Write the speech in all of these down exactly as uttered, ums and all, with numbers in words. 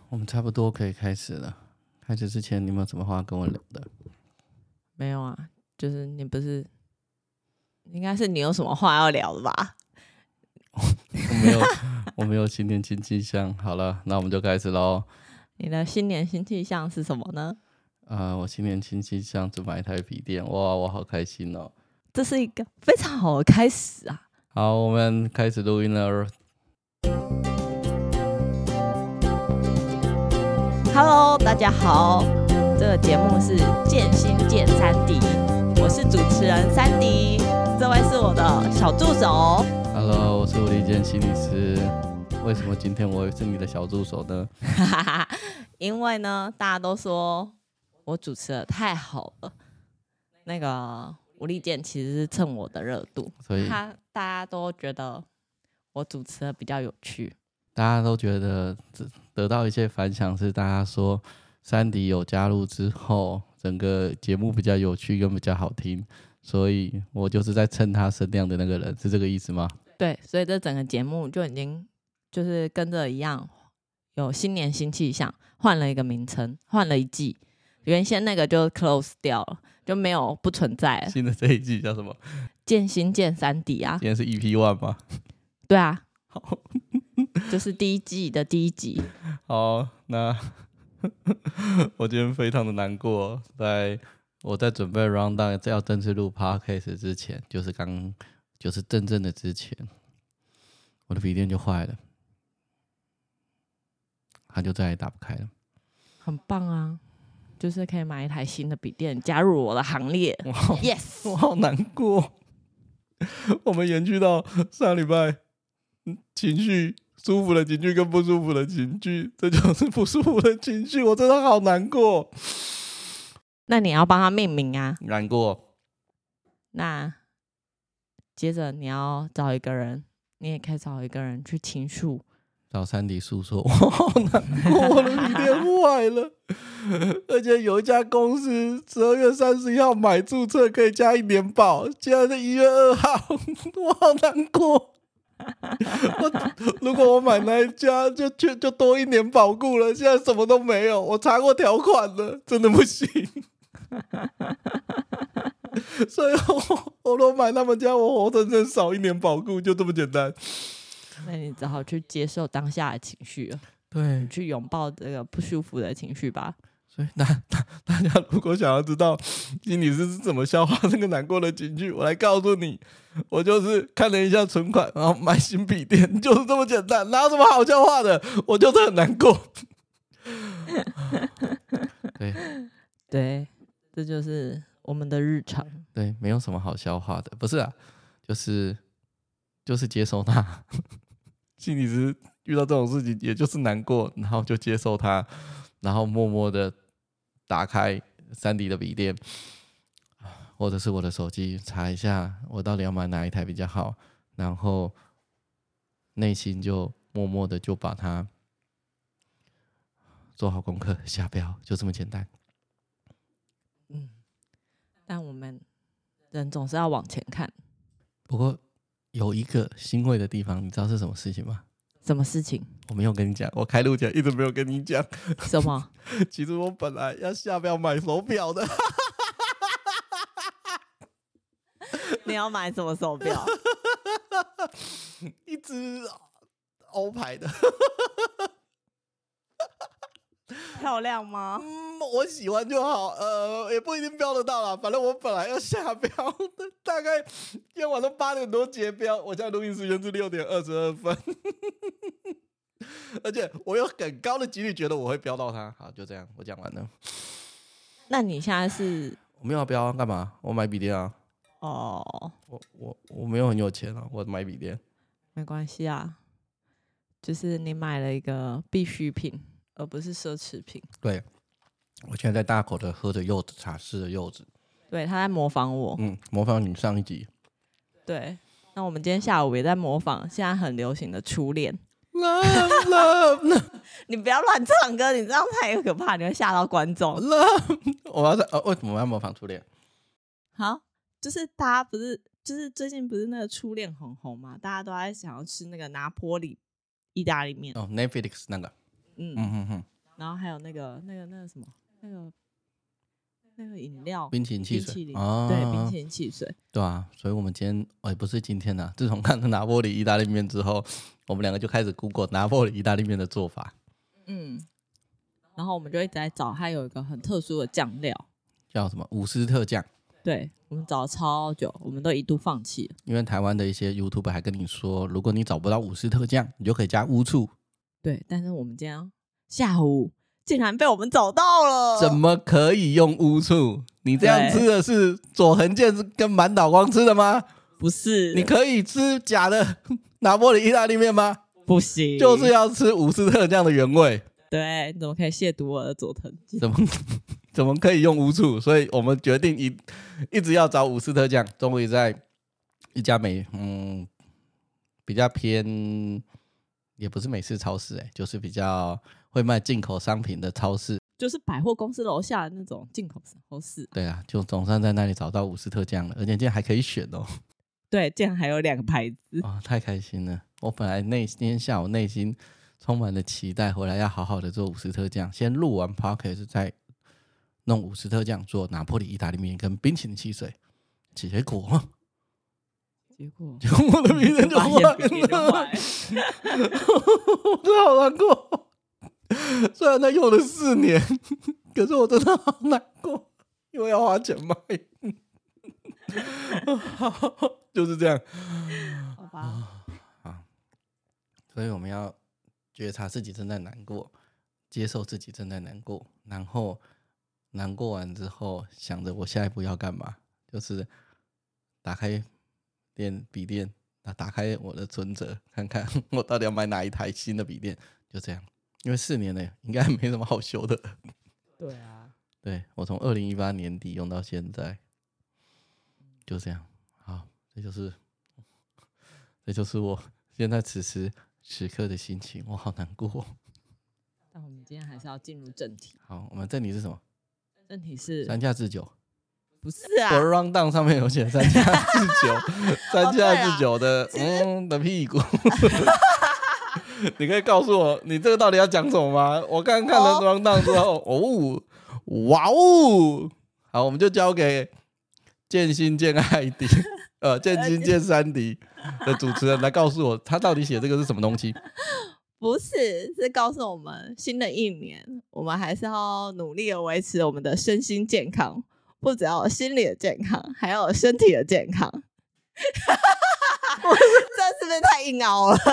我们差不多可以开始了。开始之前，你有没有什么话跟我聊的？ 没有啊，就是你不是，应该是你有什么话要聊的吧？ 我没有，我没有新年新气象。好了，那我们就开始喽。 你的新年新气象是什么呢？ 啊、我新年新气象就买一台笔电，哇，我好开心哦！ 这是一个非常好的开始啊！ 好，我们开始录音了。 Hello， 大家好，这个节目是见心见三迪，我是主持人三迪，这位是我的小助手。 Hello， 我是吴立健心理师。为什么今天我会是你的小助手呢？ 因为呢，大家都说我主持的太好了，那个吴立健其实是蹭我的热度， 所以他大家都觉得我主持的比较有趣。 大家都觉得得到一些反响，是大家说珊迪有加入之后，整个节目比较有趣跟比较好听，所以我就是在蹭他声量的那个人，是这个意思吗？ 对，所以这整个节目就已经就是跟着一样，有新年新气象，换了一个名称，换了一季，原先那个就 close 掉了，就没有不存在了。 新的这一季叫什么？ 见心见三迪啊！ 今天是 E P 一 吗？ 对啊， 好， 就是第一季的第一集。 好，那我今天非常的难过，在我在准备 round down 要正式录 podcast 之前，就是刚就是真正的之前，我的笔电就坏了，它就再也打不开了。 很棒啊，就是可以买一台新的笔电，加入我的行列。Yes， 我好难过。我们延续到上礼拜，情绪舒服的情绪跟不舒服的情绪，这就是不舒服的情绪，我真的好难过。 那你要帮他命名啊。 难过。 那接着你要找一个人，你也可以找一个人去倾诉。 找珊迪诉说，我好难过，我的笔电坏了，而且有一家公司十二月三十一号买注册可以加一年保，现在是一月二号，我好难过。我如果我买那一家就就就多一年保固了，现在什么都没有，我查过条款了，真的不行。所以我我如果买他们家，我活生生少一年保固，就这么简单。 那你只好去接受当下的情绪了， 对， 去拥抱这个不舒服的情绪吧。 所以大大大家如果想要知道心理师是怎么消化这个难过的情绪，我来告诉你，我就是看了一下存款，然后买新笔电，就是这么简单，哪有什么好消化的？我就是很难过。对对，这就是我们的日常。 对，没有什么好消化的，不是啊，就是就是接受它。心理师遇到这种事情，也就是难过，然后就接受它，然后默默的打开珊迪的笔电，或者是我的手机，查一下我到底要买哪一台比较好，然后内心就默默的就把它做好功课，下标，就这么简单。 嗯，但我们人总是要往前看。 不过有一个欣慰的地方，你知道是什么事情吗？ 什么事情？ 我没有跟你讲，我开录前一直没有跟你讲。 什么？ 其实我本来要下标买手表的。 你要买什么手表？ 一只欧牌的。 漂亮吗？ 嗯，我喜欢就好，呃，也不一定标得到啦。反正我本来要下标的，大概今天晚上八点多结标，我现在录音时间是六点二十二分，而且我有很高的几率觉得我会标到它。好，就这样，我讲完了。 那你现在是？ 我没有要标啊，干嘛？我买笔电啊。 哦， 我我我没有很有钱啊，我买笔电。 没关系啊，就是你买了一个必需品，而不是奢侈品。 对，我现在在大口的喝着柚子茶，吃着柚子。 对，他在模仿我。 嗯，模仿你上一集。 对，那我们今天下午也在模仿现在很流行的初恋。 Love, love, love. 你不要乱唱歌，你这样太可怕，你会吓到观众。 Love， 我要在呃，为什么我要模仿初恋？ 好，就是大家不是，就是最近不是那个初恋很红嘛，大家都在想要吃那个拿坡里意大利面。 哦 ，Netflix 那个。 嗯嗯嗯嗯。 然后还有那个那个那个什么那个那个饮料冰淇淋汽水， 冰淇淋哦， 对，冰淇淋汽水， 对啊，所以我们今天哎不是今天啊，自从看了拿坡里意大利面之后，我们两个就开始 Google 拿坡里意大利面的做法。 嗯，然后我们就一直在找它有一个很特殊的酱料， 叫什么伍斯特酱。 对，我们找了超久，我们都一度放弃了。 因为台湾的一些 YouTuber 还跟你说，如果你找不到伍斯特酱，你就可以加乌醋。 对，但是我们今天下午竟然被我们找到了， 怎么可以用乌醋？你这样吃的是佐藤健跟满岛光吃的吗？ 不是， 你可以吃假的拿坡里意大利面吗？ 不行， 就是要吃伍斯特酱的原味。 对，你怎么可以亵渎我的佐藤健？ 怎么怎么可以用乌醋？所以我们决定一一直要找伍斯特酱，终于在一家美嗯比较偏也不是美式超市、欸、就是比较会卖进口商品的超市， 就是百货公司楼下的那种进口超市。 对啊，就总算在那里找到伍斯特酱了，而且竟然还可以选哦。 对，竟然还有两个牌子， 哦，太开心了！我本来内今天下午内心充满了期待，回来要好好的做伍斯特酱，先录完 podcast 再弄伍斯特酱做拿坡里意大利面跟冰淇淋汽水。结果， 结果， 结果我的明天就坏了，我真的好难过。虽然他用了四年，可是我真的好难过，因为要花钱买。就是这样， 好吧。 啊，所以我们要觉察自己正在难过，接受自己正在难过，然后难过完之后，想着我下一步要干嘛，就是打开电笔电，打开我的存折，看看我到底要买哪一台新的笔电，就这样。因为四年了，应该没什么好修的。 对啊， 对，我从二零一八年底用到现在，就这样。好，这就是这就是我现在此时此刻的心情，我好难过。 但我们今天还是要进入正题。 好，我们正题是什么？ 正题是三价制酒。 不是啊？ 我 round down 上面有写三价制酒，三价制酒的、哦、嗯的屁股。你可以告诉我，你这个到底要讲什么吗？我刚刚看了 round down 之后，哦，哇哦，好，我们就交给见心见爱迪，呃，见心见山迪的主持人来告诉我，他到底写这个是什么东西？ 不是，是告诉我们新的一年，我们还是要努力的维持我们的身心健康，不只要有心理的健康，还要有身体的健康。这是不是太硬凹了？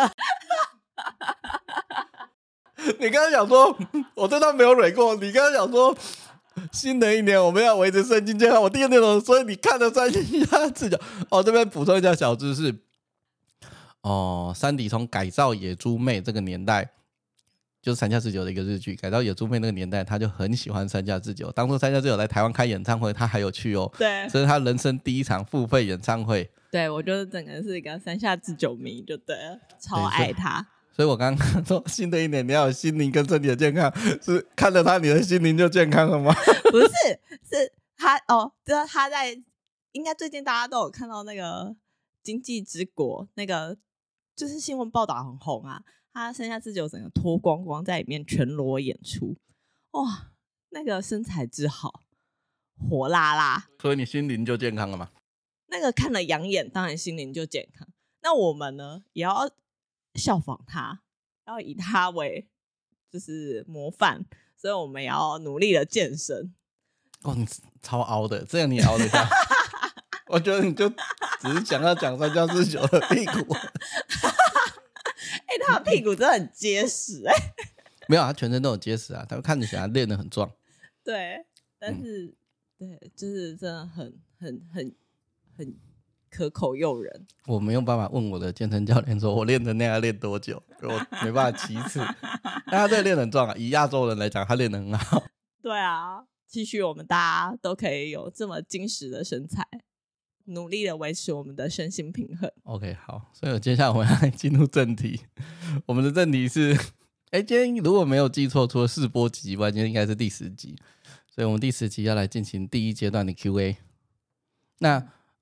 你刚刚讲说，我真的没有蕊过。你刚刚讲说，新的一年我们要维持身心健康。我第二天说，所以你看了三下制酒哦。这边补充一下小知识哦，山迪从改造野猪妹这个年代，就是三下制酒的一个日剧。改造野猪妹那个年代，他就很喜欢三下制酒。当初三下制酒在台湾开演唱会，他还有去哦。 对， 这是他人生第一场付费演唱会。 对，我就是整个是一个山下智久迷，就对了，超爱他。 所以我刚刚说，新的一年你要有心灵跟身体的健康，是看着他，你的心灵就健康了吗？ 不是，是他哦，就是他在，应该最近大家都有看到那个《经济之国》，那个就是新闻报道很红啊。他山下智久整个脱光光在里面全裸演出，哇，那个身材之好，火辣辣。 所以你心灵就健康了吗？ 那个看了养眼，当然心灵就健康。那我们呢，也要效仿他，要以他为就是模范，所以我们也要努力的健身。 哦，你超凹的，这样你也凹得下？我觉得你就只是想要讲三家之酒的屁股。 哎、欸，他的屁股真的很结实哎、欸。 没有，他全身都有结实啊，他看起来练得很壮。 对，但是、嗯、对，就是真的很很很很可口诱人。 我没有办法问我的健身教练说，我练的那样练多久，我没办法其次。但他这练得很壮啊，以亚洲人来讲，他练得很好。 对啊，期许我们大家都可以有这么精实的身材，努力的维持我们的身心平衡。 OK， 好，所以我接下来我们要进入正题。我们的正题是，哎，今天如果没有记错，除了试播集以外，今天应该是第十集，所以我们第十集要来进行第一阶段的 Q A。那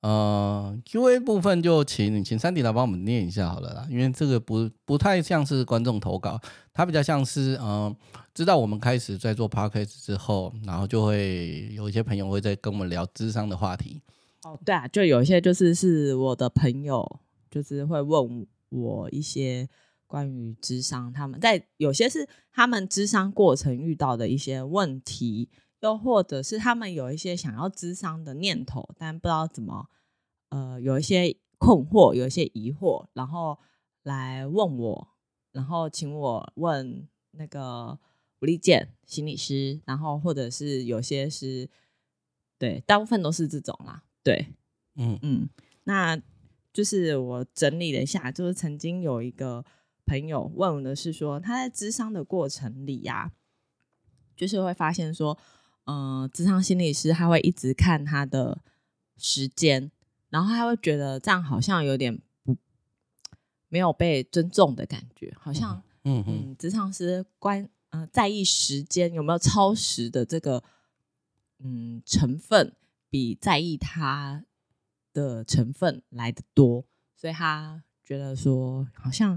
呃 Q A 部分就请请珊迪来帮我们念一下好了啦，因为这个不不太像是观众投稿，它比较像是呃，知道我们开始在做 podcast 之后，然后就会有一些朋友会在跟我们聊諮商的话题。 哦，对啊，就有一些就是是我的朋友，就是会问我一些关于諮商，他们在有些是他们諮商过程遇到的一些问题，又或者是他们有一些想要諮商的念头，但不知道怎么呃有一些困惑，有一些疑惑，然后来问我，然后请我问那个吴丽健心理师，然后或者是有些是对，大部分都是这种啦。对， 嗯嗯，那就是我整理了一下，就是曾经有一个朋友问我的是说，他在諮商的过程里啊，就是会发现说，嗯、呃，諮商心理师他会一直看他的时间，然后他会觉得这样好像有点不没有被尊重的感觉，好像嗯嗯嗯，諮商师关呃在意时间有没有超时的这个嗯成分。比在意他的成分来得多，所以他觉得说好像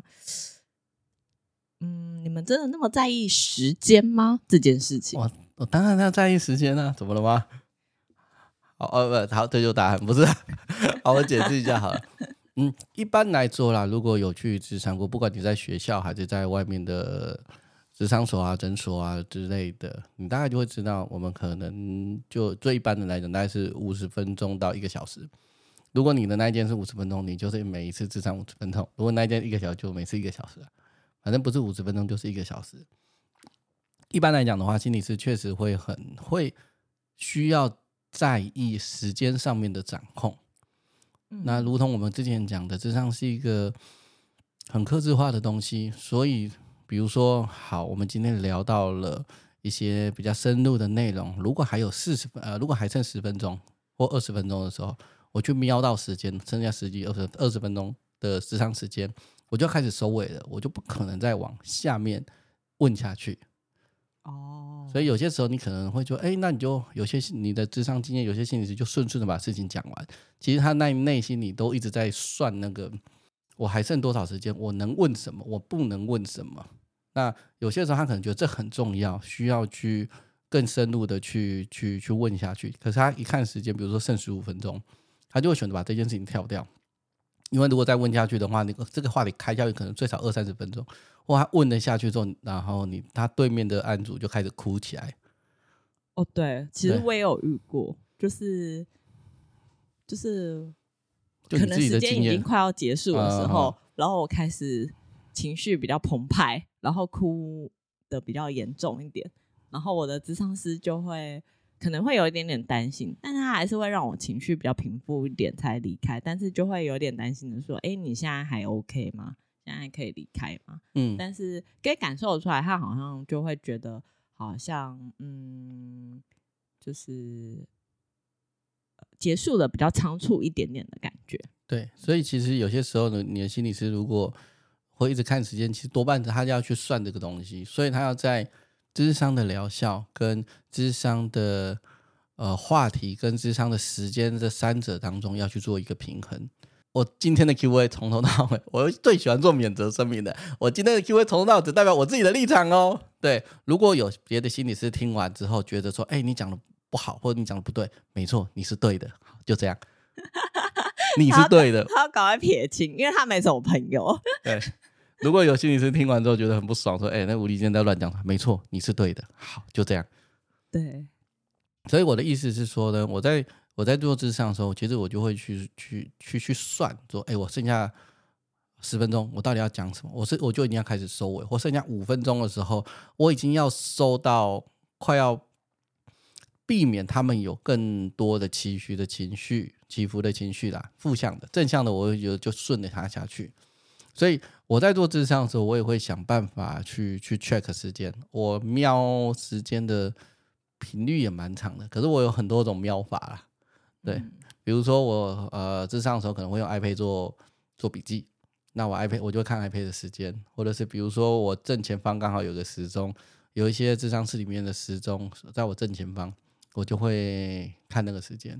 嗯，你们真的那么在意时间吗？这件事情我我当然要在意时间啊，怎么了吗？好，呃不，好，这就答案不是。好，我解释一下好了。嗯，一般来说啦，如果有去諮商过，不管你在学校还是在外面的諮商所啊、诊所啊之类的，你大概就会知道，我们可能就最一般的来讲，大概是五十分钟到一个小时。如果你的那一间是五十分钟，你就是每一次諮商五十分钟；如果那一间一个小时，就每次一个小时。反正不是五十分钟就是一个小时。一般来讲的话，心理师确实会很会需要在意时间上面的掌控。嗯、那如同我们之前讲的，諮商是一个很客制化的东西，所以比如说，好，我们今天聊到了一些比较深入的内容，如果还有四十分，呃，如果还剩十分钟或二十分钟的时候，我去瞄到时间，剩下十几、二十、二十分钟的諮商时间，我就开始收尾了，我就不可能再往下面问下去。哦，所以有些时候你可能会说，哎，那你就有些你的諮商经验，有些心理师就顺顺的把事情讲完，其实他内内心里都一直在算那个。我还剩多少时间？我能问什么？我不能问什么？那有些时候他可能觉得这很重要，需要去更深入的去去去问下去。可是他一看时间，比如说剩十五分钟，他就会选择把这件事情跳掉。因为如果再问下去的话，那个这个话题开下去可能最少二三十分钟。或他问了下去之后，然后你他对面的案主就开始哭起来。 哦，对，其实我也有遇过，就是就是。 就可能时间已经快要结束的时候，嗯、然后我开始情绪比较澎湃，然后哭的比较严重一点，然后我的諮商师就会可能会有一点点担心，但他还是会让我情绪比较平复一点才离开，但是就会有点担心的说，哎，你现在还 OK 吗？现在还可以离开吗？嗯，但是可以感受出来，他好像就会觉得好像嗯，就是结束的比较仓促一点点的感觉。 对，所以其实有些时候呢，你的心理师如果会一直看时间，其实多半他要去算这个东西，所以他要在諮商的疗效跟諮商的呃话题跟諮商的时间这三者当中要去做一个平衡。我今天的 Q A 从头到尾，我最喜欢做免责声明的。我今天的 Q A 从头到尾只代表我自己的立场哦。对，如果有别的心理师听完之后觉得说，哎，你讲的不好，或者你讲的不对，没错，你是对的，就这样。你是对的， 他要赶快撇清，因为他没什么朋友。 对，如果有心理师听完之后觉得很不爽，说：“哎、欸，那吴丽今天在乱讲。”没错，你是对的。好，就这样。 对， 所以我的意思是说呢，我在我在做諮商的时候，其实我就会去去去去算，说：“哎、欸，我剩下十分钟，我到底要讲什么？我是我就一定要开始收尾。或剩下五分钟的时候，我已经要收到快要。”避免他们有更多的期许的情绪、起伏的情绪啦，负向的、正向的，我会觉得就顺着它下去。所以我在做諮商的时候，我也会想办法去去 check 时间。我瞄时间的频率也蛮长的，可是我有很多种瞄法啦。对，嗯、比如说我呃諮商的时候可能会用 iPad 做做笔记，那我 iPad 我就会看 iPad 的时间，或者是比如说我正前方刚好有个时钟，有一些諮商室里面的时钟在我正前方。我就会看那个时间，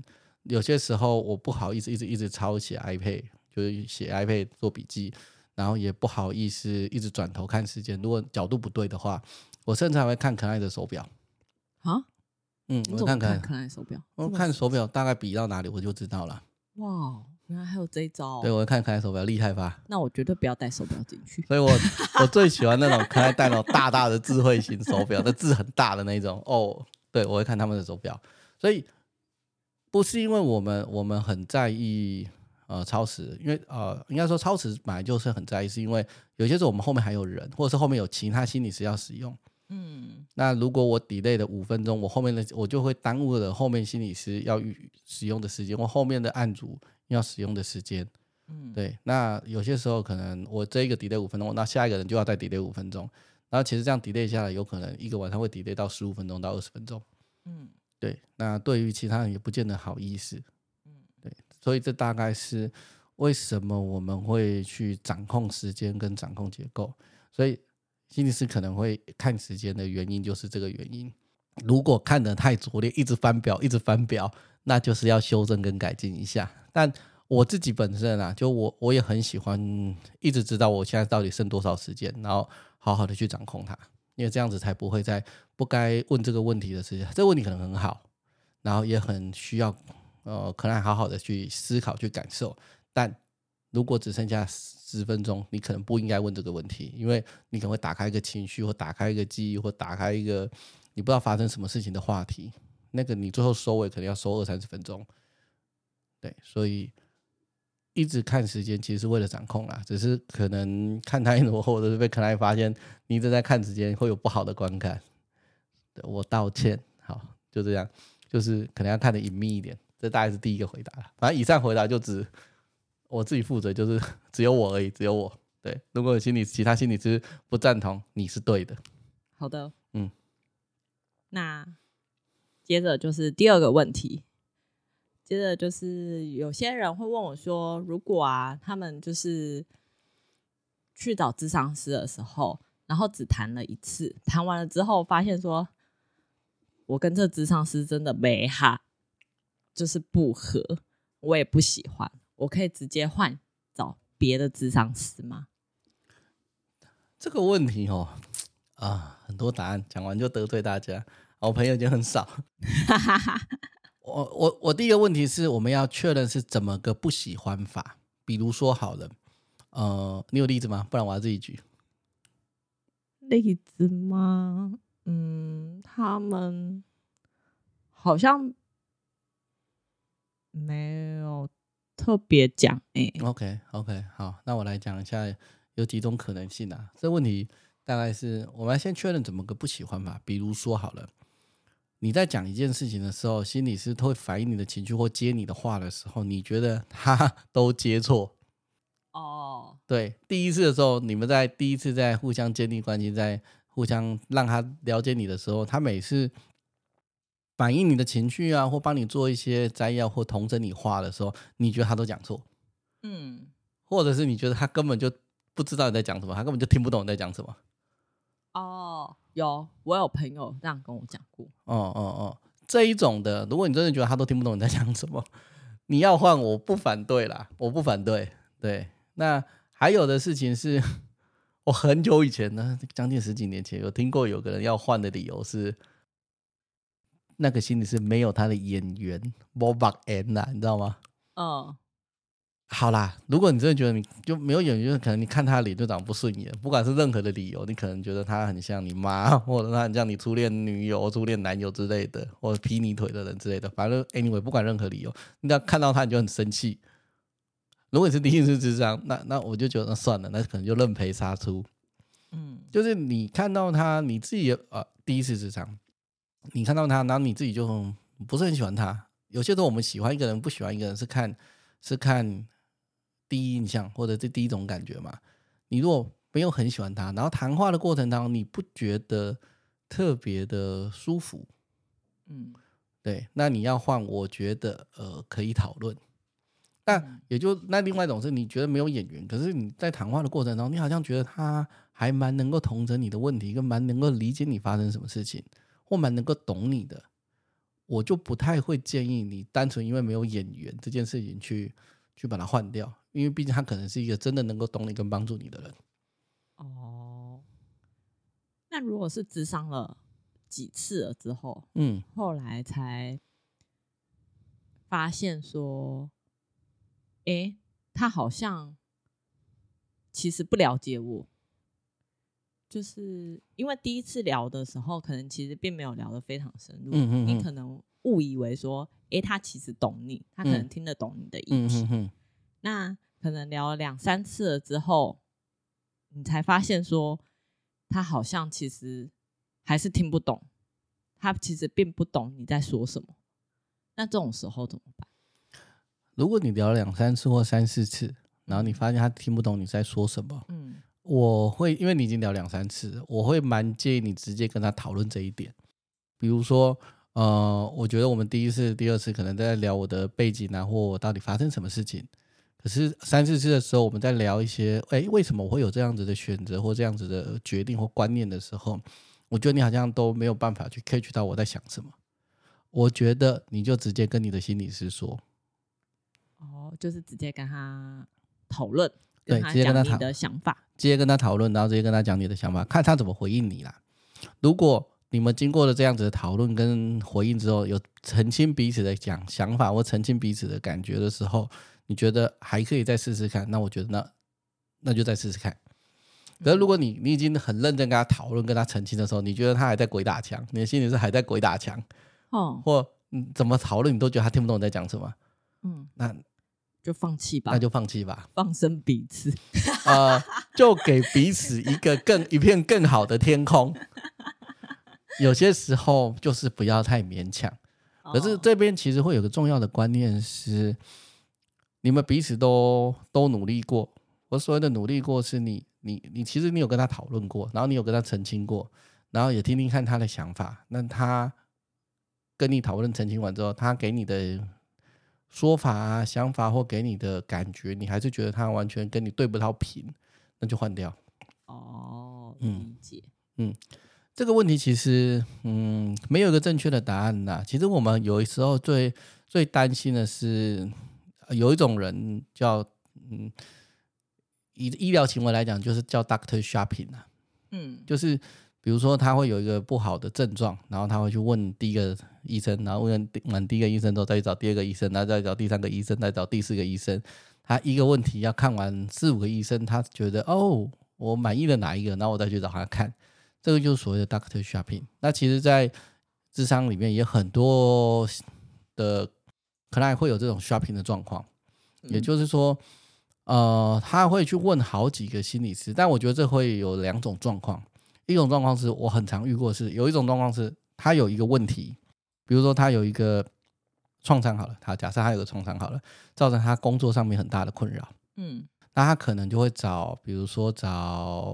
有些时候我不好意思一直一直抄写 iPad， 就是写 iPad 做笔记，然后也不好意思一直转头看时间，如果角度不对的话，我甚至还会看可爱的手表啊。 嗯， 你我看看怎么看可爱手表？ 我看手表大概比到哪里我就知道了。 哇，原来还有这一招、哦。 对，我会看可爱手表，厉害吧？ 那我绝对不要带手表进去。 所以我我最喜欢那种可爱戴那种大大的智慧型手表，那字很大的那种哦。对，我会看他们的手表，所以不是因为我们我们很在意呃超时，因为呃应该说超时本来就是很在意，是因为有些时候我们后面还有人，或者是后面有其他心理师要使用。嗯，那如果我 delay 了五分钟，我后面的我就会耽误了后面心理师要使用的时间，或后面的案主要使用的时间。嗯，对，那有些时候可能我这一个 delay 五分钟，那下一个人就要再 delay 五分钟，然后其实这样 delay 下来，有可能一个晚上会 delay 到十五分钟到二十分钟。嗯，对，那对于其他人也不见得好意思。嗯，对，所以这大概是为什么我们会去掌控时间跟掌控结构，所以心理师可能会看时间的原因就是这个原因。如果看得太拙劣，一直翻表一直翻表，那就是要修正跟改进一下。但我自己本身啊，就我我也很喜欢一直知道我现在到底剩多少时间，然后好好的去掌控它，因为这样子才不会在不该问这个问题的时间，这个问题可能很好，然后也很需要呃，可能好好的去思考去感受，但如果只剩下十分钟，你可能不应该问这个问题，因为你可能会打开一个情绪，或打开一个记忆，或打开一个你不知道发生什么事情的话题，那个你最后收尾可能要收二三十分钟。对，所以一直看时间其实是为了掌控啦，只是可能看太多，或者是被可能发现你一直在看时间会有不好的观感。对，我道歉。好，就这样，就是可能要看得隐秘一点，这大概是第一个回答了。反正以上回答就只我自己负责，就是只有我而已，只有我。对，如果有心理其他心理师不赞同，你是对的。 好的， 嗯， 那接着就是第二个问题，接着就是有些人会问我说，如果啊，他们就是去找咨商师的时候，然后只谈了一次，谈完了之后发现说，我跟这咨商师真的没哈，就是不合，我也不喜欢，我可以直接换找别的咨商师吗？ 这个问题哦，啊，很多答案讲完就得罪大家，我朋友已经很少。我我我第一个问题是我们要确认是怎么个不喜欢法，比如说好了，呃，你有例子吗？不然我要自己举。 例子吗？嗯，他们好像没有特别讲诶、欸。 OK OK， 好，那我来讲一下有几种可能性啊。这问题大概是我们要先确认怎么个不喜欢法，比如说好了。你在讲一件事情的时候，心理师会反映你的情绪或接你的话的时候，你觉得他都接错哦？对，第一次的时候，你们在第一次在互相建立关系，在互相让他了解你的时候，他每次反映你的情绪啊，或帮你做一些摘要或统整你话的时候，你觉得他都讲错，嗯，或者是你觉得他根本就不知道你在讲什么，他根本就听不懂你在讲什么。 哦，有，我有朋友这样跟我讲过。 哦哦哦，这一种的，如果你真的觉得他都听不懂你在讲什么，你要换，我不反对啦，我不反对。对，那还有的事情是，我很久以前呢，将近十几年前有听过有个人要换的理由是，那个心理师没有他的演员 Bob N 啦，你知道吗？嗯。好啦，如果你真的觉得你就没有演员，可能你看他的脸就长不顺眼，不管是任何的理由，你可能觉得他很像你妈，或者他很像你初恋女友、初恋男友之类的，或者劈你腿的人之类的。反正 anyway， 不管任何理由，你只要看到他你就很生气。如果你是第一次智商，那那我就觉得那算了，那可能就认赔杀出。嗯，就是你看到他，你自己呃第一次智商，你看到他，然后你自己就不是很喜欢他。有些时候我们喜欢一个人，不喜欢一个人是看是看。第一印象或者是第一种感觉嘛，你如果没有很喜欢他，然后谈话的过程当中你不觉得特别的舒服，嗯，对，那你要换，我觉得呃可以讨论。但也就那另外一种是你觉得没有眼缘，可是你在谈话的过程当中，你好像觉得他还蛮能够统整你的问题，跟蛮能够理解你发生什么事情，或蛮能够懂你的。 我就不太会建议你单纯因为没有眼缘这件事情去去把它换掉，因为毕竟他可能是一个真的能够懂你跟帮助你的人。 哦，那如果是諮商了几次了之后， 嗯， 后来才发现说，诶，他好像其实不了解我，就是因为第一次聊的时候，可能其实并没有聊得非常深入， 嗯嗯嗯你可能误以为说，诶，他其实懂你，他可能听得懂你的议题。 嗯嗯嗯， 那可能聊了两三次了之后，你才发现说，他好像其实还是听不懂，他其实并不懂你在说什么。那这种时候怎么办？ 如果你聊两三次或三四次，然后你发现他听不懂你在说什么， 嗯， 我会因为你已经聊两三次了，我会蛮建议你直接跟他讨论这一点。比如说，呃，我觉得我们第一次、第二次可能在聊我的背景啊，或我到底发生什么事情。可是三四次的时候，我们在聊一些，哎，为什么我会有这样子的选择或这样子的决定或观念的时候，我觉得你好像都没有办法去 catch 到我在想什么。我觉得你就直接跟你的心理师说， 哦，就是直接跟他讨论， 对， 跟他直接跟他讨讲你的想法。 直接跟他讨论，然后直接跟他讲你的想法，看他怎么回应你啦。如果你们经过了这样子的讨论跟回应之后，有澄清彼此的讲想法或澄清彼此的感觉的时候，你觉得还可以再试试看，那我觉得那那就再试试看。可是如果你你已经很认真跟他讨论、跟他澄清的时候，你觉得他还在鬼打墙，你的心里是还在鬼打墙， 哦， 或嗯怎么讨论你都觉得他听不懂你在讲什么， 嗯， 那就放弃吧， 那就放弃吧。 放生彼此。 呃，就给彼此一个更一片更好的天空。有些时候就是不要太勉强。可是这边其实会有个重要的观念是，你们彼此都都努力过。我所谓的努力过，是你你你其实你有跟他讨论过，然后你有跟他澄清过，然后也听听看他的想法。那他跟你讨论澄清完之后，他给你的说法啊、想法或给你的感觉，你还是觉得他完全跟你对不到频，那就换掉。 哦， 嗯理解。 嗯，这个问题其实嗯没有一个正确的答案啦。其实我们有时候最最担心的是，呃有一种人叫嗯，以医疗行为来讲，就是叫 doctor shopping 啊， 嗯， 就是比如说他会有一个不好的症状，然后他会去问第一个医生，然后问完第一个医生之后再去找第二个医生，然后再找第三个医生，再找第四个医生。他一个问题要看完四五个医生，他觉得哦，我满意了哪一个，然后我再去找他看。这个就是所谓的 doctor shopping。那其实在諮商里面也很多的可能会有这种 shopping 的状况，也就是说呃，他会去问好几个心理师，但我觉得这会有两种状况。一种状况是我很常遇过的是，有一种状况是他有一个问题，比如说他有一个创伤好了，他假设他有个创伤好了，造成他工作上面很大的困扰， 嗯， 那他可能就会找，比如说找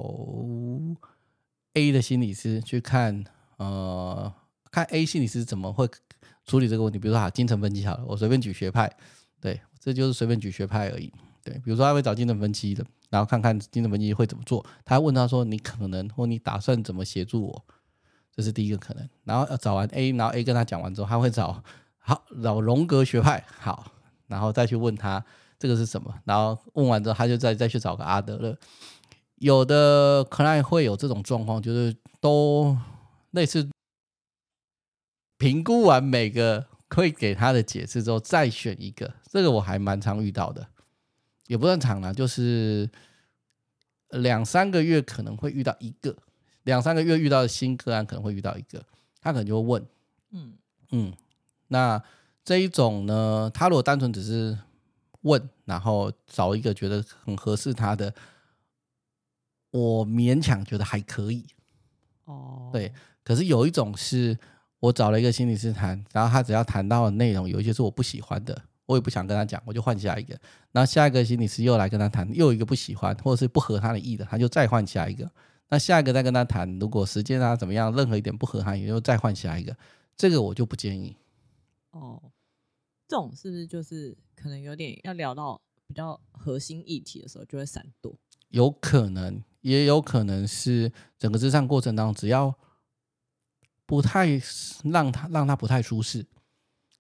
A 的心理师去看，呃，看 A 心理师怎么会处理这个问题。比如说好，精神分析好了，我随便举学派，对，这就是随便举学派而已。对，比如说他会找精神分析的，然后看看精神分析会怎么做。他问他说：“你可能或你打算怎么协助我？”这是第一个可能。然后找完 A， 然后 A 跟他讲完之后，他会找好找荣格学派，好，然后再去问他这个是什么。然后问完之后，他就再再去找个阿德勒。有的 client 会有这种状况，就是都类似评估完每个会给他的解释之后，再选一个。这个我还蛮常遇到的。也不算长啦，就是两三个月可能会遇到一个，两三个月遇到的新个案可能会遇到一个，他可能就会问，嗯嗯，那这一种呢，他如果单纯只是问，然后找一个觉得很合适他的，我勉强觉得还可以，哦，对。可是有一种是我找了一个心理师谈，然后他只要谈到的内容有一些是我不喜欢的，我也不想跟他讲，我就换下一个。然后下一个心理师又来跟他谈，又有一个不喜欢或者是不合他的意的，他就再换下一个。那下一个再跟他谈，如果时间啊怎么样，任何一点不合他，也就再换下一个。这个我就不建议。 哦，这种是不是就是可能有点要聊到比较核心议题的时候就会闪躲？ 有可能，也有可能是整个諮商过程当中，只要不太让他让他不太舒适。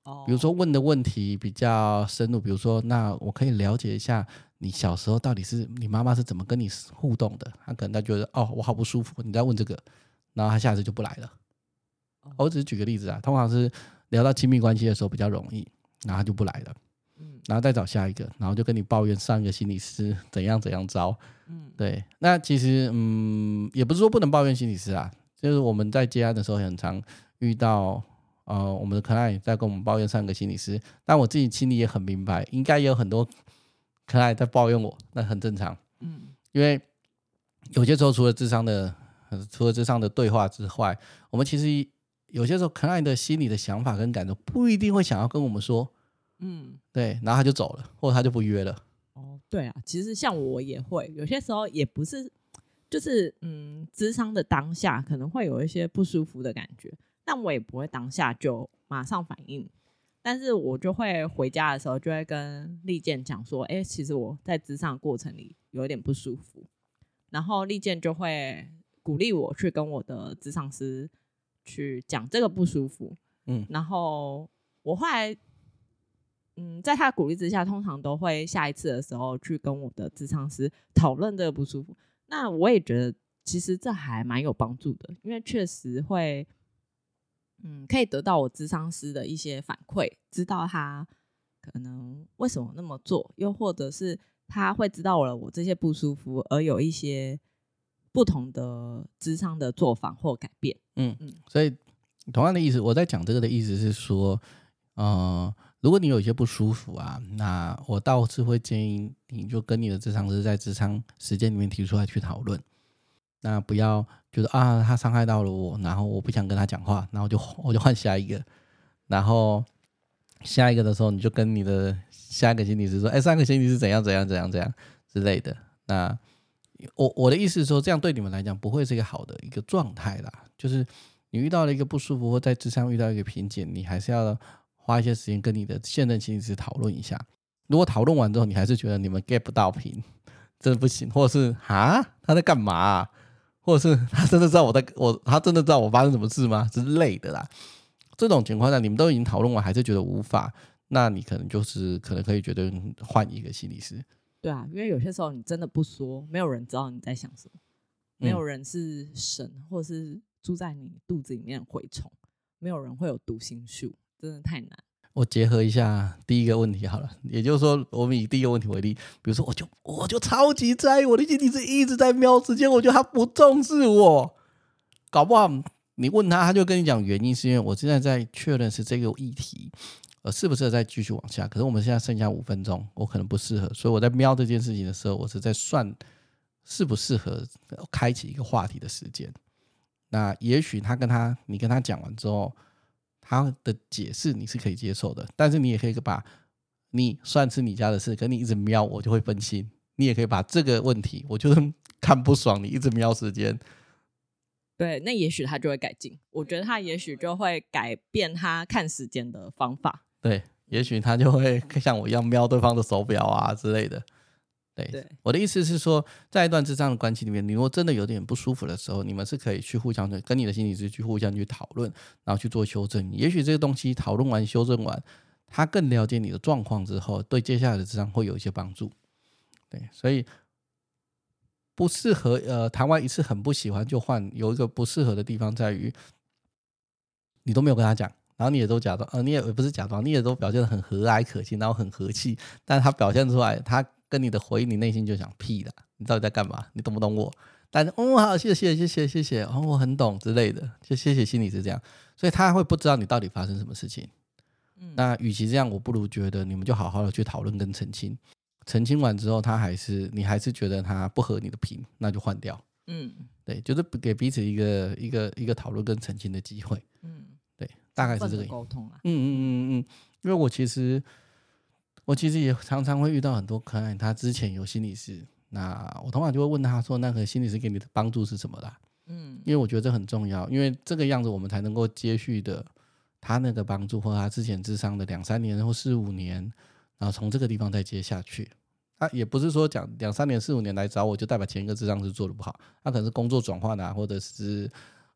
哦， 比如说问的问题比较深入，比如说那我可以了解一下你小时候到底是你妈妈是怎么跟你互动的，他可能他觉得哦我好不舒服，你在问这个，然后他下次就不来了。 哦我只是举个例子啊，通常是聊到亲密关系的时候比较容易，然后他就不来了， 嗯然后再找下一个，然后就跟你抱怨上一个心理师怎样怎样糟。 嗯对，那其实嗯，也不是说不能抱怨心理师啊，就是我们在接案的时候很常遇到，呃，我们的 client 在跟我们抱怨上一个心理师，但我自己心里也很明白，应该也有很多 client 在抱怨我，那很正常， 嗯因为有些时候除了智商的，呃除了智商的对话之外，我们其实有些时候 client 的心理的想法跟感受不一定会想要跟我们说， 嗯， 对，然后他就走了，或者他就不约了。 哦，对啊，其实像我也会，有些时候也不是，就是嗯，咨商的当下可能会有一些不舒服的感觉，但我也不会当下就马上反应，但是我就会回家的时候就会跟利健讲说，哎，其实我在咨商的过程里有一点不舒服，然后利健就会鼓励我去跟我的咨商师去讲这个不舒服， 嗯， 然后我后来。嗯，在他的鼓励之下，通常都会下一次的时候去跟我的咨商师讨论这个不舒服。那我也觉得，其实这还蛮有帮助的，因为确实会，嗯，可以得到我咨商师的一些反馈，知道他可能为什么那么做，又或者是他会知道了我这些不舒服，而有一些不同的咨商的做法或改变。 嗯嗯，所以同样的意思，我在讲这个的意思是说，呃，如果你有一些不舒服啊，那我倒是会建议你就跟你的咨商师在咨商时间里面提出来去讨论，那不要觉得啊他伤害到了我，然后我不想跟他讲话，然后就我就换下一个，然后下一个的时候你就跟你的下一个心理师说，哎，上个星期是怎样怎样怎样怎样之类的。那我我的意思是说，这样对你们来讲不会是一个好的一个状态啦，就是你遇到了一个不舒服，或在咨商遇到一个瓶颈，你还是要花一些时间跟你的现任心理师讨论一下。如果讨论完之后，你还是觉得你们 get 不到频，真的不行，或者是哈他在干嘛、啊，或者是他真的知道我在我他真的知道我发生什么事吗之类的啦。这种情况下，你们都已经讨论完，还是觉得无法，那你可能就是可能可以决定换一个心理师。 对啊，因为有些时候你真的不说，没有人知道你在想什么，没有人是神，或者是住在你肚子里面的蛔虫，没有人会有读心术，真的太难。 我结合一下第一个问题好了，也就是说，我们以第一个问题为例，比如说，我就我就超级在意我的心理师一直在瞄时间，我觉得他不重视我，搞不好你问他，他就跟你讲原因是因为我现在在确认是这个议题，呃，适不适合再继续往下？可是我们现在剩下五分钟，我可能不适合，所以我在瞄这件事情的时候，我是在算适不适合开启一个话题的时间。那也许他跟他你跟他讲完之后，他的解释你是可以接受的，但是你也可以把你算是你家的事，可你一直瞄我就会分心。你也可以把这个问题，我就是看不爽你一直瞄时间。 对，那也许他就会改进。我觉得他也许就会改变他看时间的方法。 对，也许他就会像我一样瞄对方的手表啊之类的。对， 对， 我的意思是说，在一段智商的关系里面，你如果真的有点不舒服的时候，你们是可以去互相的跟你的心理师去互相去讨论，然后去做修正。也许这个东西讨论完、修正完，他更了解你的状况之后，对接下来的智商会有一些帮助。对，所以不适合呃，谈完一次很不喜欢就换，有一个不适合的地方在于，你都没有跟他讲。然后你也都假装，呃，你也不是假装，你也都表现得很和蔼可亲，然后很和气，但是他表现出来，他跟你的回应，你内心就想屁啦，你到底在干嘛？你懂不懂我？但是，嗯，好，谢谢，谢谢，谢谢，哦，我很懂之类的，就谢谢心理是这样，所以他会不知道你到底发生什么事情。嗯，那与其这样，我不如觉得你们就好好的去讨论跟澄清，澄清完之后，他还是你还是觉得他不合你的频，那就换掉。嗯，对，就是给彼此一个一个一个讨论跟澄清的机会。嗯。对，大概是这个沟通啦。 嗯嗯嗯嗯，因为我其实我其实也常常会遇到很多客人，他之前有心理师，那我通常就会问他说，那个心理师给你的帮助是什么啦？嗯，因为我觉得这很重要，因为这个样子我们才能够接续的他那个帮助，或他之前諮商的两三年或四五年，然后从这个地方再接下去。他也不是说讲两三年四五年来找我就代表前一个諮商师做的不好，他可能是工作转换啊，或者是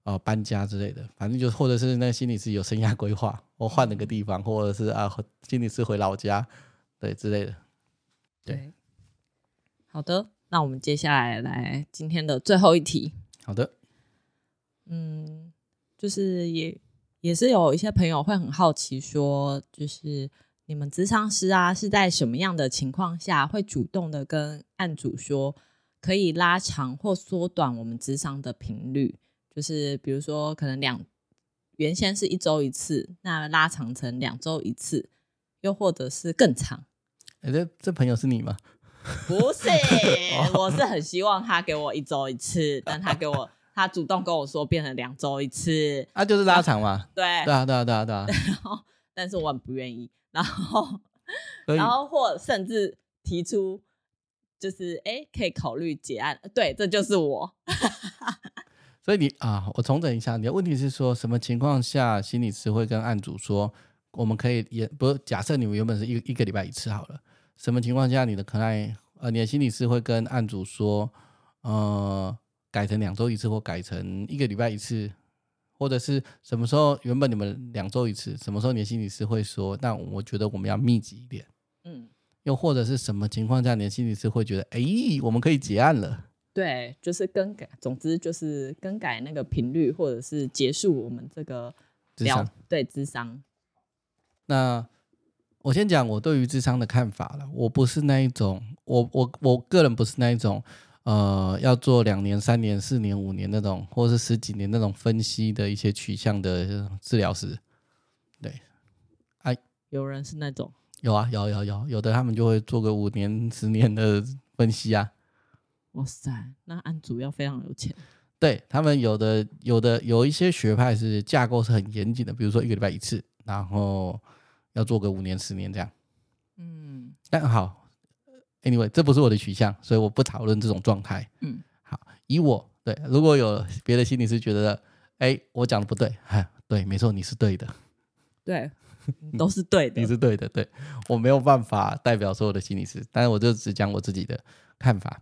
呃搬家之类的，反正就或者是那心理师有生涯规划，我换了个地方，或者是啊心理师回老家，对之类的。对， 对，好的，那我们接下来来今天的最后一题。 好的， 嗯，就是也也是有一些朋友会很好奇说，就是你们咨商师啊是在什么样的情况下会主动的跟案主说可以拉长或缩短我们咨商的频率，就是比如说可能两原先是一周一次，那拉长成两周一次，又或者是更长。 哎，这这朋友是你吗？ 不是，我是很希望他给我一周一次，但他给我他主动跟我说变成两周一次， 啊，就是拉长嘛。 对对啊，对啊，对啊，对啊。 然后但是我很不愿意，然后可以然后或甚至提出就是哎可以考虑结案，对，这就是我。 所以你啊，我重整一下，你的问题是说什么情况下心理师会跟案主说，我们可以也不是假设你们原本是一一个礼拜一次好了，什么情况下你的可爱呃你的心理师会跟案主说，呃改成两周一次或改成一个礼拜一次，或者是什么时候原本你们两周一次，什么时候你的心理师会说，那我觉得我们要密集一点， 嗯， 又或者是什么情况下你的心理师会觉得，哎，我们可以结案了。 对，就是更改，总之就是更改那个频率，或者是结束我们这个聊咨商对咨商。 那我先讲我对于智商的看法了。我不是那一种，我我我个人不是那一种，呃，要做两年、三年、四年、五年那种，或是十几年那种分析的一些取向的治疗师。对，哎、啊， 有人是那种， 有啊，有有有有的他们就会做个五年、十年的分析啊。 哇塞，那案主要非常有钱。 对，他们有的有的有一些学派是架构是很严谨的，比如说一个礼拜一次，然后要做个五年、十年这样。 嗯但好 ，anyway， 这不是我的取向，所以我不讨论这种状态。 嗯， 好，以我对，如果有别的心理师觉得，哎，我讲的不对，哈，对，没错，你是对的， 对，都是对的。 你是对的，对，我没有办法代表所有的心理师，但是我就只讲我自己的看法。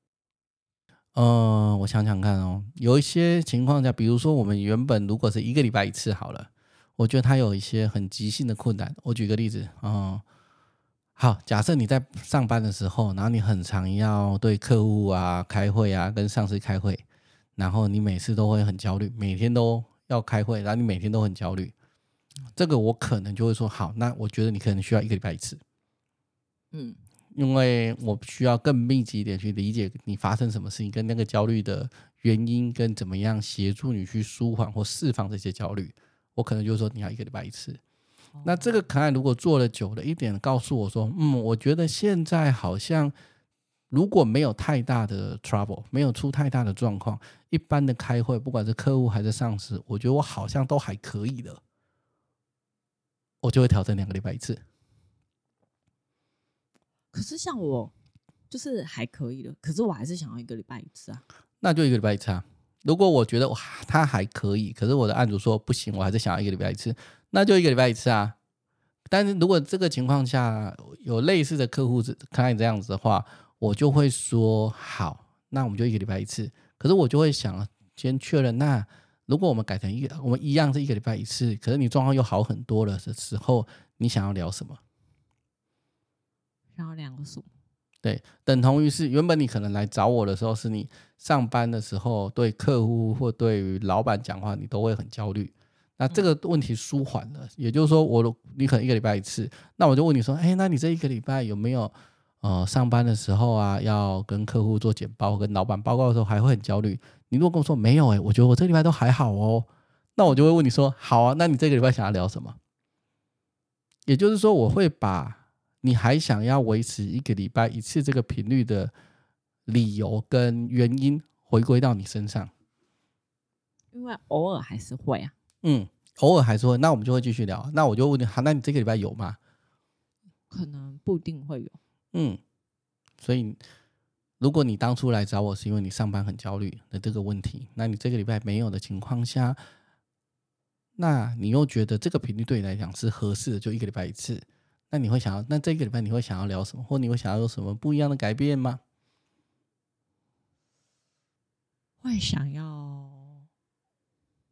嗯、呃，我想想看哦，有一些情况下，比如说我们原本如果是一个礼拜一次好了，我觉得他有一些很急性的困难。我举个例子，嗯、呃，好，假设你在上班的时候，然后你很常要对客户啊开会啊，跟上司开会，然后你每次都会很焦虑，每天都要开会，然后你每天都很焦虑，这个我可能就会说，好，那我觉得你可能需要一个礼拜一次， 嗯， 因为我需要更密集一点去理解你发生什么事情，跟那个焦虑的原因，跟怎么样协助你去舒缓或释放这些焦虑，我可能就说你要一个礼拜一次。那这个可爱如果做了久了一点，告诉我说，嗯，我觉得现在好像如果没有太大的 trouble， 没有出太大的状况，一般的开会，不管是客户还是上司，我觉得我好像都还可以的，我就会调整两个礼拜一次。 可是像我就是还可以的，可是我还是想要一个礼拜一次啊。 那就一个礼拜一次啊。如果我觉得哇他还可以，可是我的案主说不行，我还是想要一个礼拜一次，那就一个礼拜一次啊。但是如果这个情况下有类似的客户看你这样子的话，我就会说好，那我们就一个礼拜一次。可是我就会想先确认，那如果我们改成一个，我们一样是一个礼拜一次，可是你状况又好很多了的时候，你想要聊什么？ 想要聊什么？ 对，等同于是原本你可能来找我的时候，是你上班的时候对客户或对于老板讲话，你都会很焦虑。那这个问题舒缓了，也就是说我，我你可能一个礼拜一次，那我就问你说，哎，那你这一个礼拜有没有呃上班的时候啊，要跟客户做简报、跟老板报告的时候还会很焦虑？你如果跟我说没有、欸，哎，我觉得我这个礼拜都还好哦，那我就会问你说，好啊，那你这个礼拜想要聊什么？也就是说，我会把你还想要维持一个礼拜一次这个频率的理由跟原因回归到你身上， 因为偶尔还是会啊。 嗯，偶尔还是会，那我们就会继续聊。那我就问你，好，那你这个礼拜有吗？ 可能不一定会有。 嗯，所以如果你当初来找我是因为你上班很焦虑的这个问题，那你这个礼拜没有的情况下，那你又觉得这个频率对你来讲是合适的，就一个礼拜一次，那你会想要，那这个礼拜你会想要聊什么，或你会想要有什么不一样的改变吗？ 会想要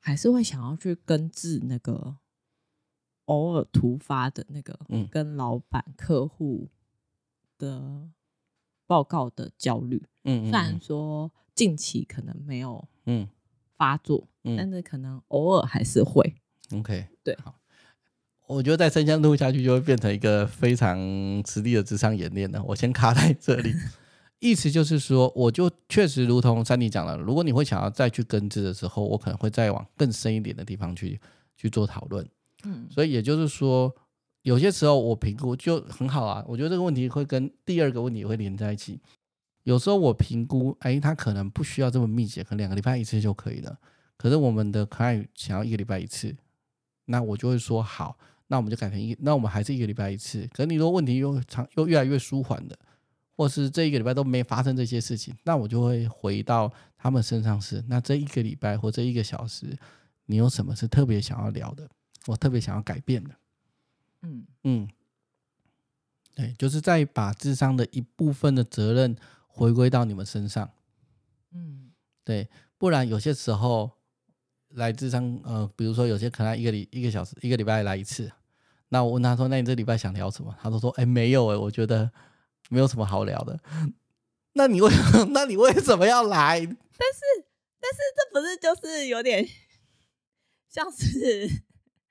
还是会想要去根治那个偶尔突发的那个跟老板、客户的报告的焦虑。嗯，虽然说近期可能没有发作，嗯，但是可能偶尔还是会。 OK， 对， 好。我觉得再深相录下去就会变成一个非常实力的职场演练了。我先卡在这里，意思就是说，我就确实如同珊妮讲了，如果你会想要再去根治的时候，我可能会再往更深一点的地方去去做讨论。嗯，所以也就是说，有些时候我评估就很好啊。我觉得这个问题会跟第二个问题会连在一起。有时候我评估，哎，他可能不需要这么密集，可能两个礼拜一次就可以了。可是我们的 client 想要一个礼拜一次，那我就会说好。那我们就改成一，那我们还是一个礼拜一次。可是你如果问题又长又越来越舒缓的，或是这一个礼拜都没发生这些事情，那我就会回到他们身上是，那这一个礼拜或这一个小时，你有什么是特别想要聊的，我特别想要改变的。嗯嗯，对，就是再把諮商的一部分的责任回归到你们身上。嗯，对，不然有些时候来諮商，呃，比如说有些可能一个礼一个小时一个礼拜来一次。那我问他说，那你这礼拜想聊什么？他都说，哎，没有哎，我觉得没有什么好聊的。那你为那你为什么要来？但是但是这不是就是有点像是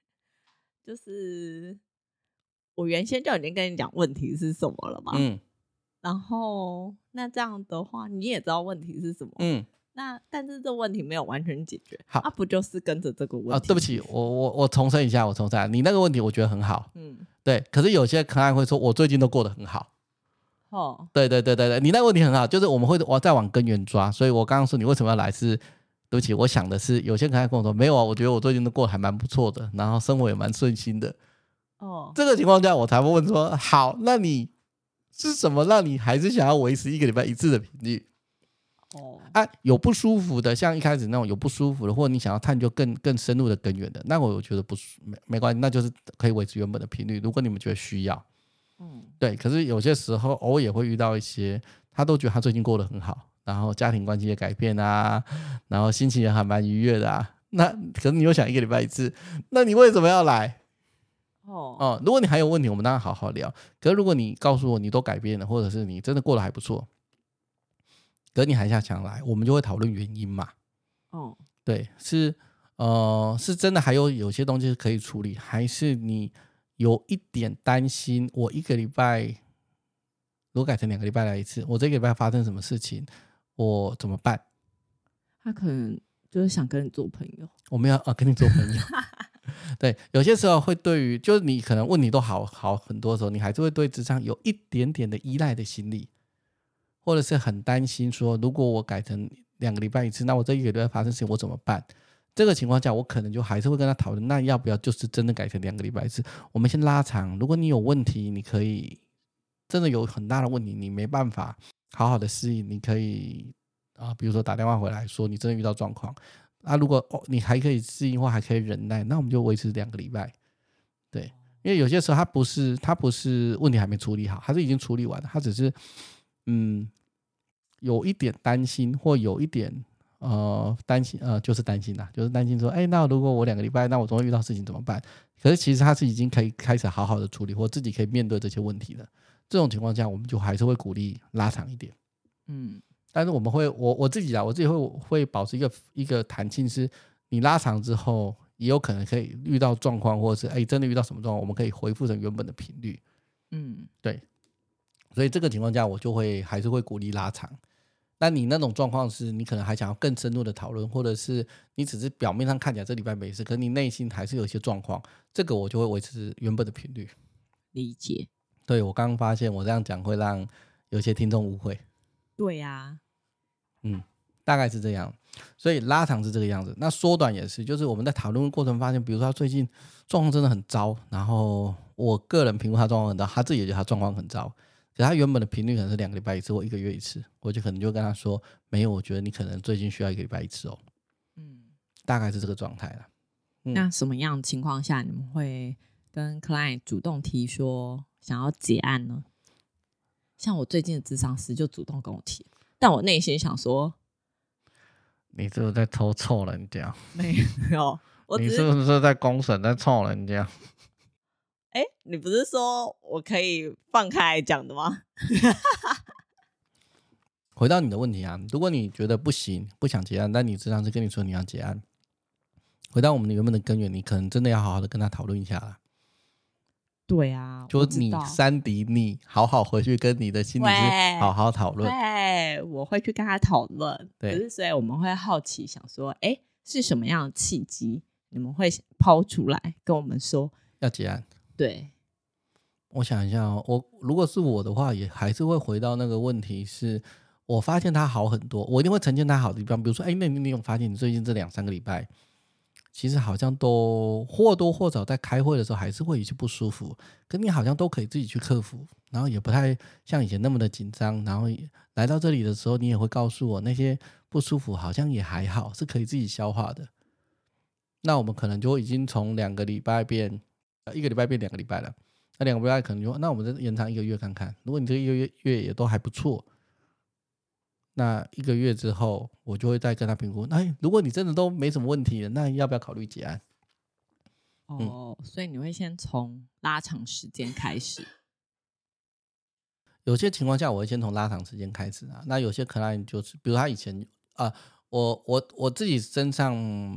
就是我原先就已经跟你讲问题是什么了嘛。嗯。然后那这样的话，你也知道问题是什么。嗯。那但是这问题没有完全解决，好，啊，不就是跟着这个问题？ 啊，对不起，我我我重申一下，我重申，你那个问题我觉得很好，嗯，对。可是有些可爱会说，我最近都过得很好。哦，对对对对对，你那个问题很好，就是我们会我再往根源抓。所以我刚刚说你为什么要来是，对不起，我想的是有些可爱跟我说没有啊，我觉得我最近都过得还蛮不错的，然后生活也蛮顺心的。哦，这个情况下我才会问说，好，那你是什么让你还是想要维持一个礼拜一次的频率？哦，啊，有不舒服的，像一开始那种有不舒服的，或者你想要探究更更深入的根源的，那我觉得不没没关系，那就是可以维持原本的频率。如果你们觉得需要，嗯，对。可是有些时候偶尔也会遇到一些，他都觉得他最近过得很好，然后家庭关系也改变啊，然后心情也还蛮愉悦的啊。那可是你又想一个礼拜一次，那你为什么要来？哦哦，如果你还有问题，我们当然好好聊。可是如果你告诉我你都改变了，或者是你真的过得还不错。可你还想来，我们就会讨论原因嘛。哦，对，是呃，是真的还有有些东西可以处理，还是你有一点担心，我一个礼拜如果改成两个礼拜来一次，我这个礼拜发生什么事情，我怎么办？ 他可能就是想跟你做朋友。 我们要啊跟你做朋友。对，有些时候会对于就是你可能问题都好好很多的时候，你还是会对职场有一点点的依赖的心理。或者是很担心说，如果我改成两个礼拜一次，那我这一个礼拜发生事情我怎么办？这个情况下，我可能就还是会跟他讨论，那要不要就是真的改成两个礼拜一次？我们先拉长，如果你有问题，你可以真的有很大的问题，你没办法好好的适应，你可以啊，比如说打电话回来说你真的遇到状况，啊，如果、哦、你还可以适应或还可以忍耐，那我们就维持两个礼拜。对，因为有些时候他不是他不是问题还没处理好，他是已经处理完了，他只是嗯。有一点担心，或有一点呃担心，呃就是担心啦，就是担心说，哎，那如果我两个礼拜，那我总会遇到事情怎么办？可是其实他是已经可以开始好好的处理，或自己可以面对这些问题了。这种情况下，我们就还是会鼓励拉长一点，嗯，但是我们会，我我自己啊，我自己会会保持一个一个弹性，是你拉长之后，也有可能可以遇到状况，或者是哎真的遇到什么状况，我们可以恢复成原本的频率，嗯，对。所以这个情况下，我就会还是会鼓励拉长。那你那种状况是你可能还想要更深入的讨论，或者是你只是表面上看起来这礼拜没事，可是你内心还是有一些状况，这个我就会维持原本的频率。 理解。 对，我刚刚发现我这样讲会让有些听众误会。 对呀、啊， 嗯，大概是这样。所以拉长是这个样子，那缩短也是，就是我们在讨论过程发现，比如说他最近状况真的很糟，然后我个人评估他状况很糟，他自己也觉得他状况很糟。可是他原本的频率可能是两个礼拜一次或一个月一次，我就可能就跟他说，没有，我觉得你可能最近需要一个礼拜一次哦。嗯，大概是这个状态啦。 嗯、那什么样的情况下你们会跟 client 主动提说想要结案呢？像我最近的諮商师就主动跟我提，但我内心想说， 你是不是在偷臭人家？ 没有，我你只是不是在公审在臭人家？ 哎、你不是说我可以放开来讲的吗？ 回到你的问题啊，如果你觉得不行，不想结案，但你智商是跟你说你要结案，回到我们原本的根源，你可能真的要好好的跟他讨论一下啦。 对啊， 就你三弟，你好好回去跟你的心理师好好讨论。 对，我会去跟他讨论。 对， 可是所以我们会好奇，想说，哎，是什么样的契机，你们会抛出来跟我们说要结案？ 对， 我想一下哦，我如果是我的话，也还是会回到那个问题是，我发现他好很多，我一定会呈现他好的地方。比如说，哎，那你有发现你最近这两三个礼拜？其实好像都或多或少在开会的时候还是会有些不舒服，可你好像都可以自己去克服，然后也不太像以前那么的紧张，然后来到这里的时候你也会告诉我那些不舒服好像也还好，是可以自己消化的。那我们可能就已经从两个礼拜变一个礼拜变两个礼拜了，那两个礼拜可能就那我们再延长一个月看看，如果你这个一个月月也都还不错，那一个月之后我就会再跟他评估，那如果你真的都没什么问题了，那要不要考虑结案？ 哦、嗯，所以你会先从拉长时间开始。 有些情况下我会先从拉长时间开始啊，那有些可能就是比如他以前啊，我我我自己身上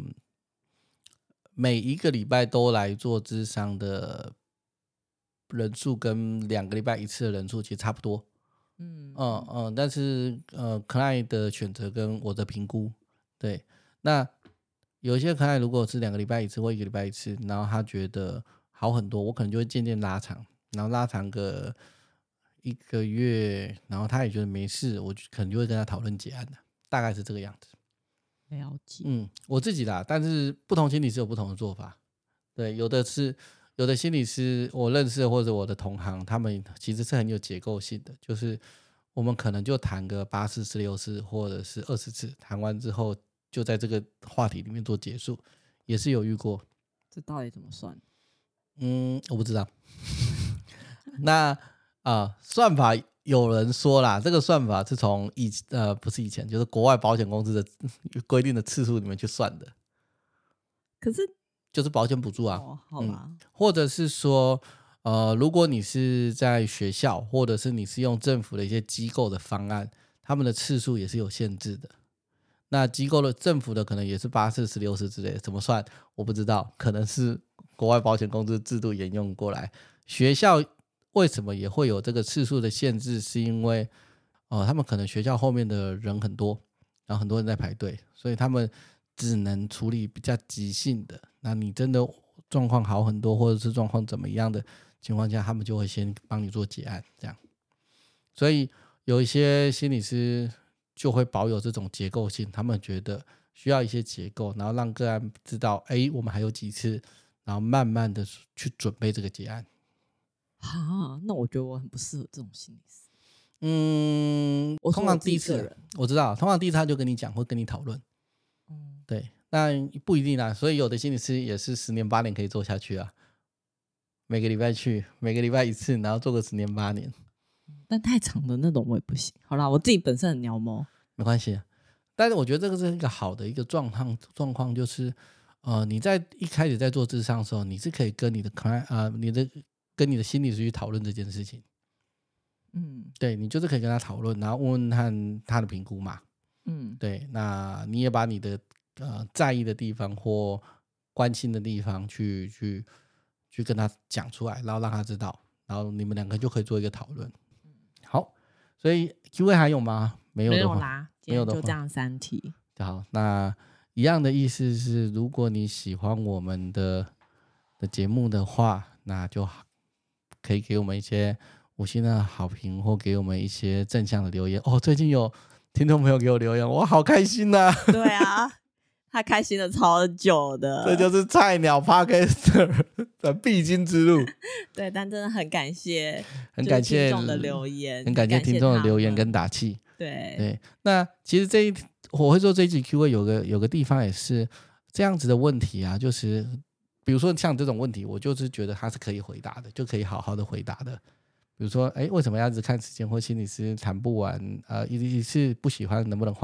每一个礼拜都来做諮商的人数跟两个礼拜一次的人数其实差不多。嗯嗯嗯，但是呃 client 的选择跟我的评估，对，那有一些 client 如果是两个礼拜一次或一个礼拜一次，然后他觉得好很多，我可能就会渐渐拉长，然后拉长个一个月，然后他也觉得没事，我可能就会跟他讨论结案的，大概是这个样子。 了解。 嗯，我自己啦，但是不同心理师有不同的做法，对，有的是。有的心理师我认识或者我的同行，他们其实是很有结构性的，就是我们可能就谈个八次、十六次或者是二十次，谈完之后就在这个话题里面做结束，也是有遇过。 这到底怎么算？ 嗯，我不知道。那啊、呃，算法有人说啦，这个算法是从以呃不是以前，就是国外保险公司的规定的次数里面去算的。 可是。 就是保险补助啊， 哦，好吧、 嗯，或者是说，呃，如果你是在学校，或者是你是用政府的一些机构的方案，他们的次数也是有限制的。那机构的政府的可能也是八次、十六次之类的，怎么算我不知道，可能是国外保险公司制度沿用过来。学校为什么也会有这个次数的限制？是因为，呃，他们可能学校后面的人很多，然后很多人在排队，所以他们只能处理比较急性的。那你真的状况好很多，或者是状况怎么样的情况下，他们就会先帮你做结案，这样。所以有一些心理师就会保有这种结构性，他们觉得需要一些结构，然后让个案知道，哎，我们还有几次，然后慢慢的去准备这个结案。 啊，那我觉得我很不适合这种心理师。 嗯， 我通常第一次我知道，通常第一次他就跟你讲，会跟你讨论。嗯，对。那不一定啦，所以有的心理师也是十年八年可以做下去啊，每个礼拜去，每个礼拜一次，然后做个十年八年。 但太长的那种我也不行。好啦，我自己本身很鸟毛， 没关系。但是我觉得这个是一个好的一个状况，状况就是，呃，你在一开始在做諮商的时候，你是可以跟你的 client 啊、呃，你的跟你的心理师去讨论这件事情。嗯，对，你就是可以跟他讨论，然后问问他他的评估嘛。嗯，对，那你也把你的呃在意的地方或关心的地方去去去跟他讲出来，然后让他知道，然后你们两个就可以做一个讨论。好，所以 Q A 还有吗？没有的话， 没有啦，没有的话就这样三题。 好，那一样的意思是，如果你喜欢我们的的节目的话，那就可以给我们一些五星的好评，或给我们一些正向的留言。哦，最近有听众朋友给我留言，我好开心呐、啊！ 对啊，他开心了超久的， 这就是菜鸟 Podcaster 的必经之路。 对，但真的很感谢， 很感谢听众的留言， 很感谢听众的留言跟打气。 对对，那其实这一我会做这一集 Q A 有个有个地方也是这样子的问题啊，就是比如说像这种问题，我就是觉得他是可以回答的，就可以好好的回答的。比如说，哎，为什么要一直看时间或心理师谈不完？呃，一一次不喜欢能不能换？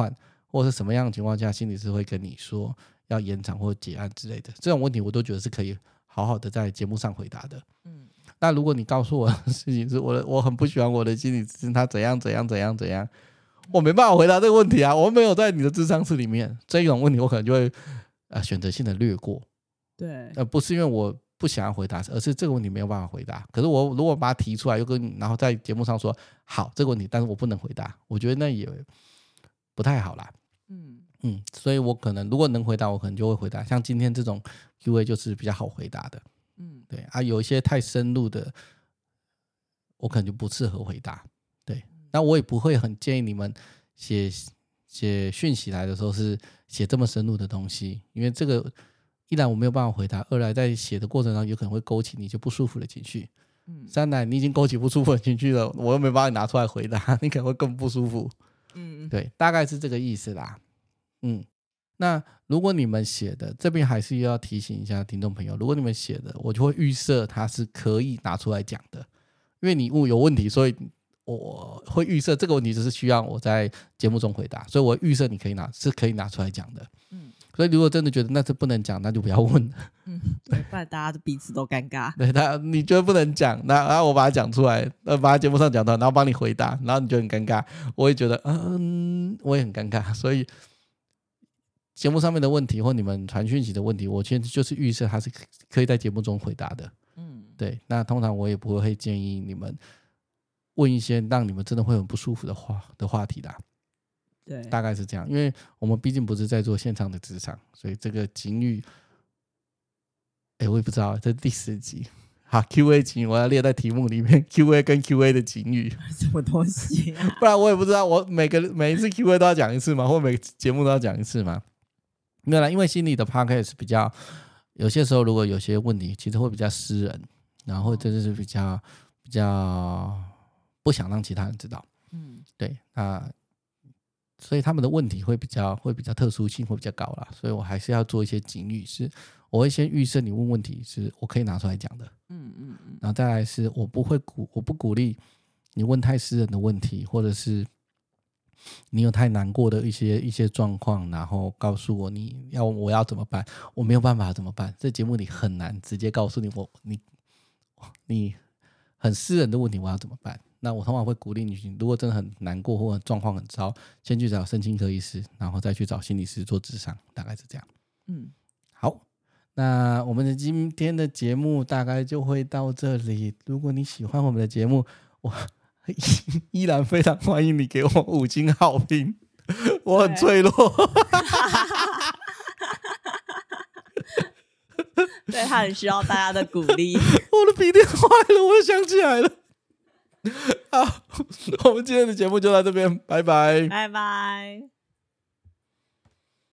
或者是什么样的情况下心理师会跟你说要延长或结案之类的，这种问题我都觉得是可以好好的在节目上回答的。嗯，那如果你告诉我的事情是我的我很不喜欢我的心理师他怎样怎样怎样怎样，我没办法回答这个问题啊，我没有在你的咨商室里面，这种问题我可能就会呃选择性的略过。 对， 呃，不是因为我不想要回答，而是这个问题没有办法回答。可是我如果把它提出来，又跟然后在节目上说好这个问题，但是我不能回答，我觉得那也不太好啦。嗯嗯，所以我可能如果能回答，我可能就会回答。像今天这种 Q A 就是比较好回答的。嗯，对啊，有一些太深入的，我可能就不适合回答。对，那我也不会很建议你们写写讯息来的时候是写这么深入的东西，因为这个。一来我没有办法回答，二来在写的过程中有可能会勾起你就不舒服的情绪，嗯，三来你已经勾起不舒服的情绪了，我又没办法拿出来回答，你可能会更不舒服。嗯，对，大概是这个意思啦。嗯，那如果你们写的，这边还是要提醒一下听众朋友，如果你们写的，我就会预设它是可以拿出来讲的，因为你有问题，所以我会预设这个问题就是需要我在节目中回答，所以我预设你可以拿是可以拿出来讲的。嗯，所以如果真的觉得那是不能讲，那就不要问。 嗯，对，不然大家彼此都尴尬。 对，他你觉得不能讲，那然后我把它讲出来，呃，把它节目上讲到，然后帮你回答，然后你就很尴尬，我也觉得，嗯，我也很尴尬。所以节目上面的问题或你们传讯息的问题，我现在就是预设它是可以在节目中回答的。嗯，对，那通常我也不会建议你们问一些让你们真的会很不舒服的话的话题啦。对，大概是这样，因为我们毕竟不是在做现场的职场，所以这个警语，哎，我也不知道，这是第十集，好 Q A 警语，我要列在题目里面 ，Q A 跟 Q A 的警语， 什么东西、啊？ 不然我也不知道，我每个每一次 Q A 都要讲一次吗？或每个节目都要讲一次吗？没有啦，因为心理的 podcast 比较，有些时候如果有些问题，其实会比较私人，然后这就是比较比较不想让其他人知道，嗯，对，那。所以他们的问题会比较会比较特殊性会比较高啦，所以我还是要做一些警语，是我会先预设你问问题是我可以拿出来讲的，嗯嗯嗯，然后再来是我不会鼓我不鼓励你问太私人的问题，或者是你有太难过的一些一些状况，然后告诉我你要我要怎么办，我没有办法怎么办，这节目里很难直接告诉你我你你很私人的问题我要怎么办。那我通常会鼓励你，如果真的很难过或者状况很糟，先去找身心科医师，然后再去找心理师做咨商，大概是这样。嗯，好，那我们的今天的节目大概就会到这里。如果你喜欢我们的节目，我依然非常欢迎你给我五星好评，我很脆弱。 对，他很需要大家的鼓励。 我的笔电坏了，我想起来了。好，我们今天的节目就到这边，拜拜， 拜拜。